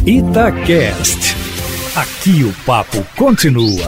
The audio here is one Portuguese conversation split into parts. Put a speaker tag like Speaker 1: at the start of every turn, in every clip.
Speaker 1: Itacast. Aqui o papo continua.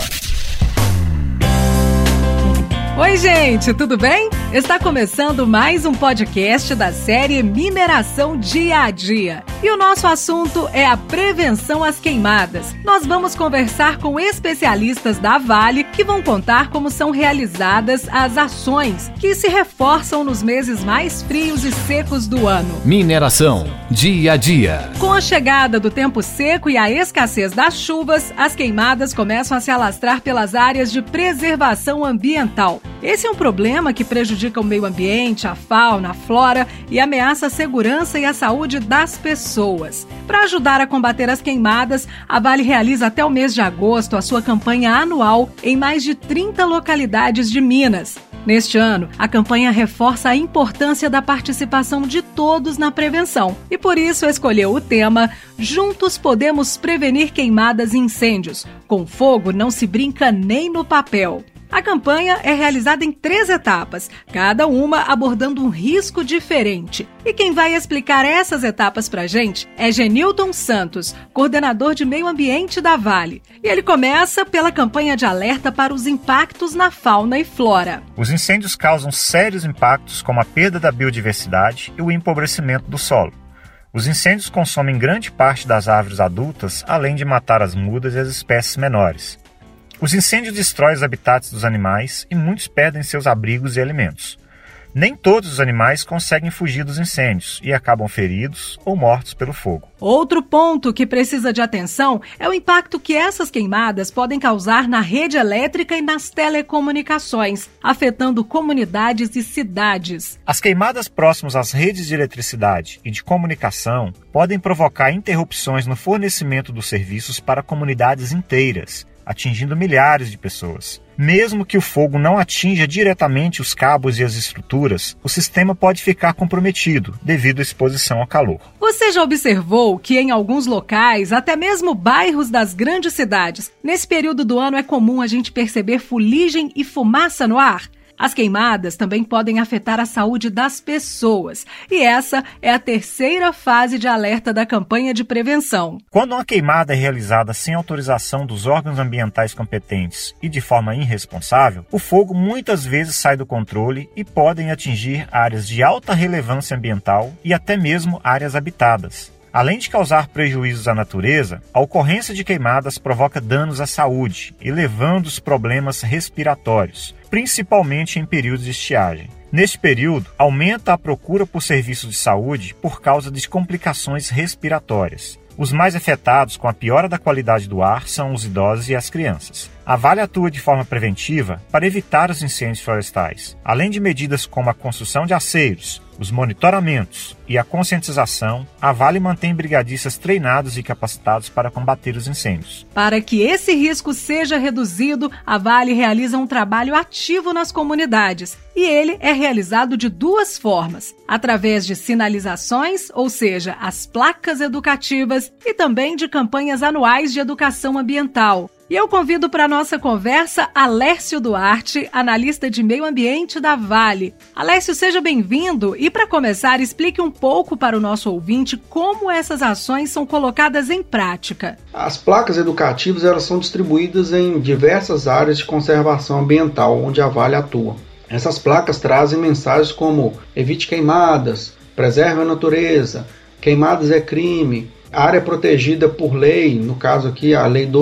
Speaker 2: Oi, gente, tudo bem? Está começando mais um podcast da série Mineração Dia a Dia. E o nosso assunto é a prevenção às queimadas. Nós vamos conversar com especialistas da Vale que vão contar como são realizadas as ações que se reforçam nos meses mais frios e secos do ano.
Speaker 3: Mineração Dia a Dia.
Speaker 2: Com a chegada do tempo seco e a escassez das chuvas, as queimadas começam a se alastrar pelas áreas de preservação ambiental. Esse é um problema que prejudica o meio ambiente, a fauna, a flora e ameaça a segurança e a saúde das pessoas. Para ajudar a combater as queimadas, a Vale realiza até o mês de agosto a sua campanha anual em mais de 30 localidades de Minas. Neste ano, a campanha reforça a importância da participação de todos na prevenção e por isso escolheu o tema Juntos Podemos Prevenir Queimadas e Incêndios. Com fogo não se brinca nem no papel. A campanha é realizada em 3 etapas, cada uma abordando um risco diferente. E quem vai explicar essas etapas pra gente é Genilton Santos, coordenador de meio ambiente da Vale. E ele começa pela campanha de alerta para os impactos na fauna e flora.
Speaker 4: Os incêndios causam sérios impactos como a perda da biodiversidade e o empobrecimento do solo. Os incêndios consomem grande parte das árvores adultas, além de matar as mudas e as espécies menores. Os incêndios destroem os habitats dos animais e muitos perdem seus abrigos e alimentos. Nem todos os animais conseguem fugir dos incêndios e acabam feridos ou mortos pelo fogo.
Speaker 2: Outro ponto que precisa de atenção é o impacto que essas queimadas podem causar na rede elétrica e nas telecomunicações, afetando comunidades e cidades.
Speaker 4: As queimadas próximas às redes de eletricidade e de comunicação podem provocar interrupções no fornecimento dos serviços para comunidades inteiras, atingindo milhares de pessoas. Mesmo que o fogo não atinja diretamente os cabos e as estruturas, o sistema pode ficar comprometido devido à exposição ao calor.
Speaker 2: Você já observou que em alguns locais, até mesmo bairros das grandes cidades, nesse período do ano é comum a gente perceber fuligem e fumaça no ar? As queimadas também podem afetar a saúde das pessoas. E essa é a 3ª fase de alerta da campanha de prevenção.
Speaker 4: Quando uma queimada é realizada sem autorização dos órgãos ambientais competentes e de forma irresponsável, o fogo muitas vezes sai do controle e podem atingir áreas de alta relevância ambiental e até mesmo áreas habitadas. Além de causar prejuízos à natureza, a ocorrência de queimadas provoca danos à saúde, elevando os problemas respiratórios, principalmente em períodos de estiagem. Neste período, aumenta a procura por serviços de saúde por causa de complicações respiratórias. Os mais afetados com a piora da qualidade do ar são os idosos e as crianças. A Vale atua de forma preventiva para evitar os incêndios florestais. Além de medidas como a construção de aceiros, os monitoramentos e a conscientização, a Vale mantém brigadistas treinados e capacitados para combater os incêndios.
Speaker 2: Para que esse risco seja reduzido, a Vale realiza um trabalho ativo nas comunidades. E ele é realizado de 2 formas, através de sinalizações, ou seja, as placas educativas, e também de campanhas anuais de educação ambiental. E eu convido para a nossa conversa Alércio Duarte, analista de meio ambiente da Vale. Alércio, seja bem-vindo e, para começar, explique um pouco para o nosso ouvinte como essas ações são colocadas em prática.
Speaker 5: As placas educativas elas são distribuídas em diversas áreas de conservação ambiental onde a Vale atua. Essas placas trazem mensagens como evite queimadas, preserve a natureza, queimadas é crime, área protegida por lei, no caso aqui a Lei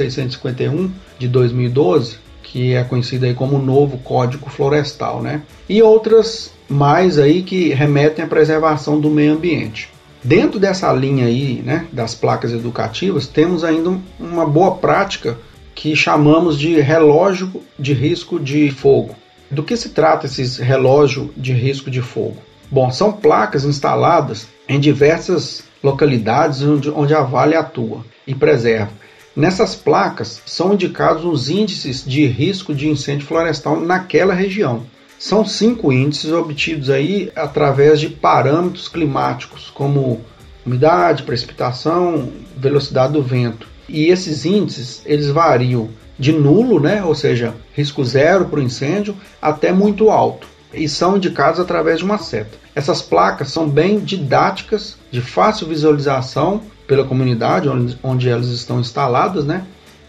Speaker 5: 12.651 de 2012, que é conhecida aí como o novo Código Florestal, né? E outras mais aí que remetem à preservação do meio ambiente. Dentro dessa linha aí, né, das placas educativas, temos ainda uma boa prática que chamamos de relógio de risco de fogo. Do que se trata esse relógio de risco de fogo? Bom, são placas instaladas em diversas localidades onde a Vale atua e preserva. Nessas placas são indicados os índices de risco de incêndio florestal naquela região. São 5 índices obtidos aí através de parâmetros climáticos, como umidade, precipitação, velocidade do vento. E esses índices eles variam de nulo, né, ou seja, risco zero para o incêndio, até muito alto. E são indicados através de uma seta. Essas placas são bem didáticas, de fácil visualização pela comunidade onde elas estão instaladas, né?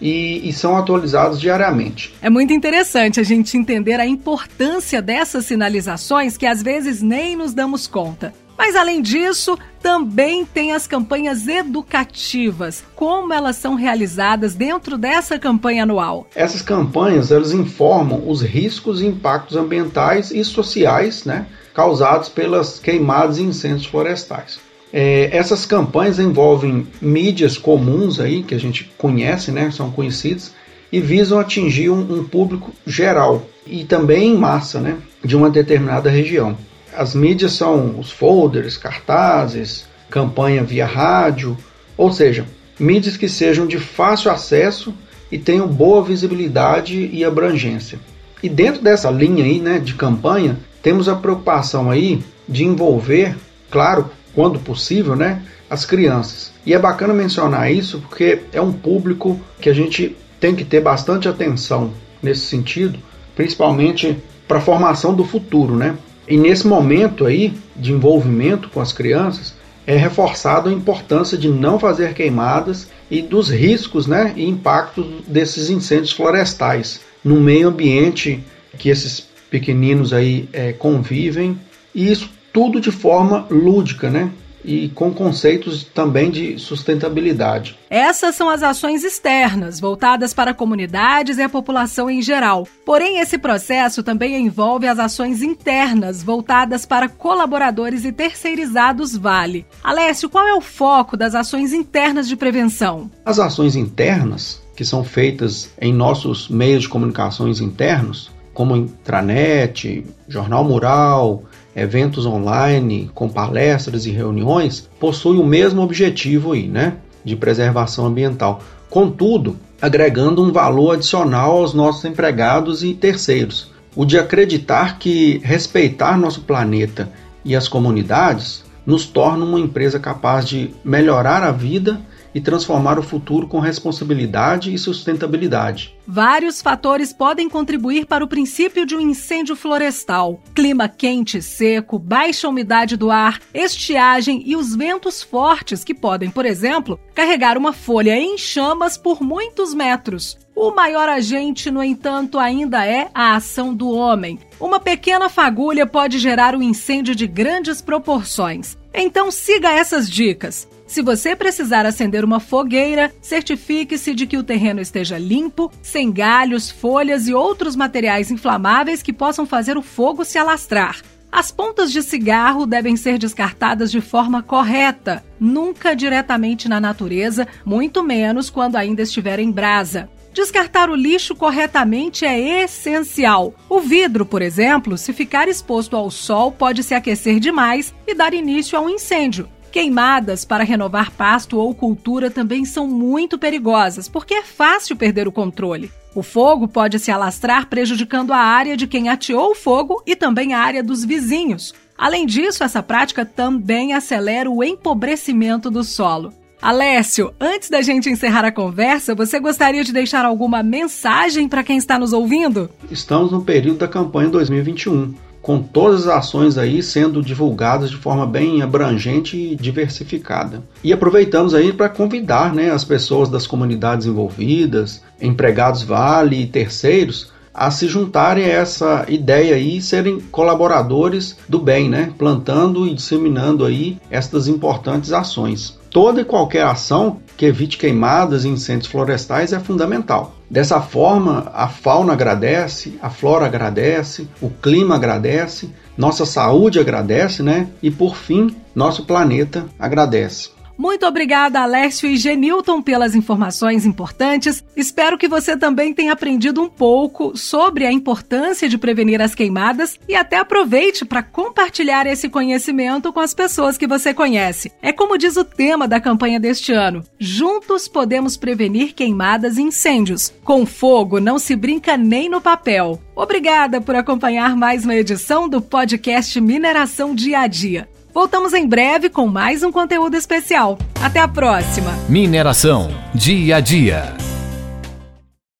Speaker 5: E são atualizados diariamente.
Speaker 2: É muito interessante a gente entender a importância dessas sinalizações que às vezes nem nos damos conta. Mas além disso, também tem as campanhas educativas. Como elas são realizadas dentro dessa campanha anual?
Speaker 5: Essas campanhas, elas informam os riscos e impactos ambientais e sociais, né, causados pelas queimadas e incêndios florestais. Essas campanhas envolvem mídias comuns aí, que a gente conhece, né, são conhecidas, e visam atingir um público geral e também em massa, né, de uma determinada região. As mídias são os folders, cartazes, campanha via rádio, ou seja, mídias que sejam de fácil acesso e tenham boa visibilidade e abrangência. E dentro dessa linha aí, né, de campanha, temos a preocupação aí de envolver, claro, quando possível, né, as crianças. E é bacana mencionar isso porque é um público que a gente tem que ter bastante atenção nesse sentido, principalmente para a formação do futuro, né? E nesse momento aí de envolvimento com as crianças, é reforçado a importância de não fazer queimadas e dos riscos, né, e impactos desses incêndios florestais no meio ambiente que esses pequeninos aí convivem, e isso tudo de forma lúdica, né? E com conceitos também de sustentabilidade.
Speaker 2: Essas são as ações externas, voltadas para comunidades e a população em geral. Porém, esse processo também envolve as ações internas, voltadas para colaboradores e terceirizados Vale. Alessio, qual é o foco das ações internas de prevenção?
Speaker 5: As ações internas, que são feitas em nossos meios de comunicações internos, como intranet, jornal mural, eventos online com palestras e reuniões, possuem o mesmo objetivo aí, né, de preservação ambiental. Contudo, agregando um valor adicional aos nossos empregados e terceiros, o de acreditar que respeitar nosso planeta e as comunidades nos torna uma empresa capaz de melhorar a vida e transformar o futuro com responsabilidade e sustentabilidade.
Speaker 2: Vários fatores podem contribuir para o princípio de um incêndio florestal. Clima quente e seco, baixa umidade do ar, estiagem e os ventos fortes que podem, por exemplo, carregar uma folha em chamas por muitos metros. O maior agente, no entanto, ainda é a ação do homem. Uma pequena fagulha pode gerar um incêndio de grandes proporções. Então siga essas dicas. Se você precisar acender uma fogueira, certifique-se de que o terreno esteja limpo, sem galhos, folhas e outros materiais inflamáveis que possam fazer o fogo se alastrar. As pontas de cigarro devem ser descartadas de forma correta, nunca diretamente na natureza, muito menos quando ainda estiver em brasa. Descartar o lixo corretamente é essencial. O vidro, por exemplo, se ficar exposto ao sol, pode se aquecer demais e dar início a um incêndio. Queimadas para renovar pasto ou cultura também são muito perigosas, porque é fácil perder o controle. O fogo pode se alastrar, prejudicando a área de quem ateou o fogo e também a área dos vizinhos. Além disso, essa prática também acelera o empobrecimento do solo. Alessio, antes da gente encerrar a conversa, você gostaria de deixar alguma mensagem para quem está nos ouvindo?
Speaker 5: Estamos no período da campanha 2021. Com todas as ações aí sendo divulgadas de forma bem abrangente e diversificada. E aproveitamos aí para convidar, né, as pessoas das comunidades envolvidas, empregados Vale e terceiros, a se juntarem a essa ideia aí e serem colaboradores do bem, né, plantando e disseminando aí estas importantes ações. Toda e qualquer ação que evite queimadas e incêndios florestais é fundamental. Dessa forma, a fauna agradece, a flora agradece, o clima agradece, nossa saúde agradece, né? E por fim, nosso planeta agradece.
Speaker 2: Muito obrigada, Alessio e Genilton, pelas informações importantes. Espero que você também tenha aprendido um pouco sobre a importância de prevenir as queimadas e até aproveite para compartilhar esse conhecimento com as pessoas que você conhece. É como diz o tema da campanha deste ano: juntos podemos prevenir queimadas e incêndios. Com fogo não se brinca nem no papel. Obrigada por acompanhar mais uma edição do podcast Mineração Dia a Dia. Voltamos em breve com mais um conteúdo especial. Até a próxima!
Speaker 3: Mineração Dia a Dia.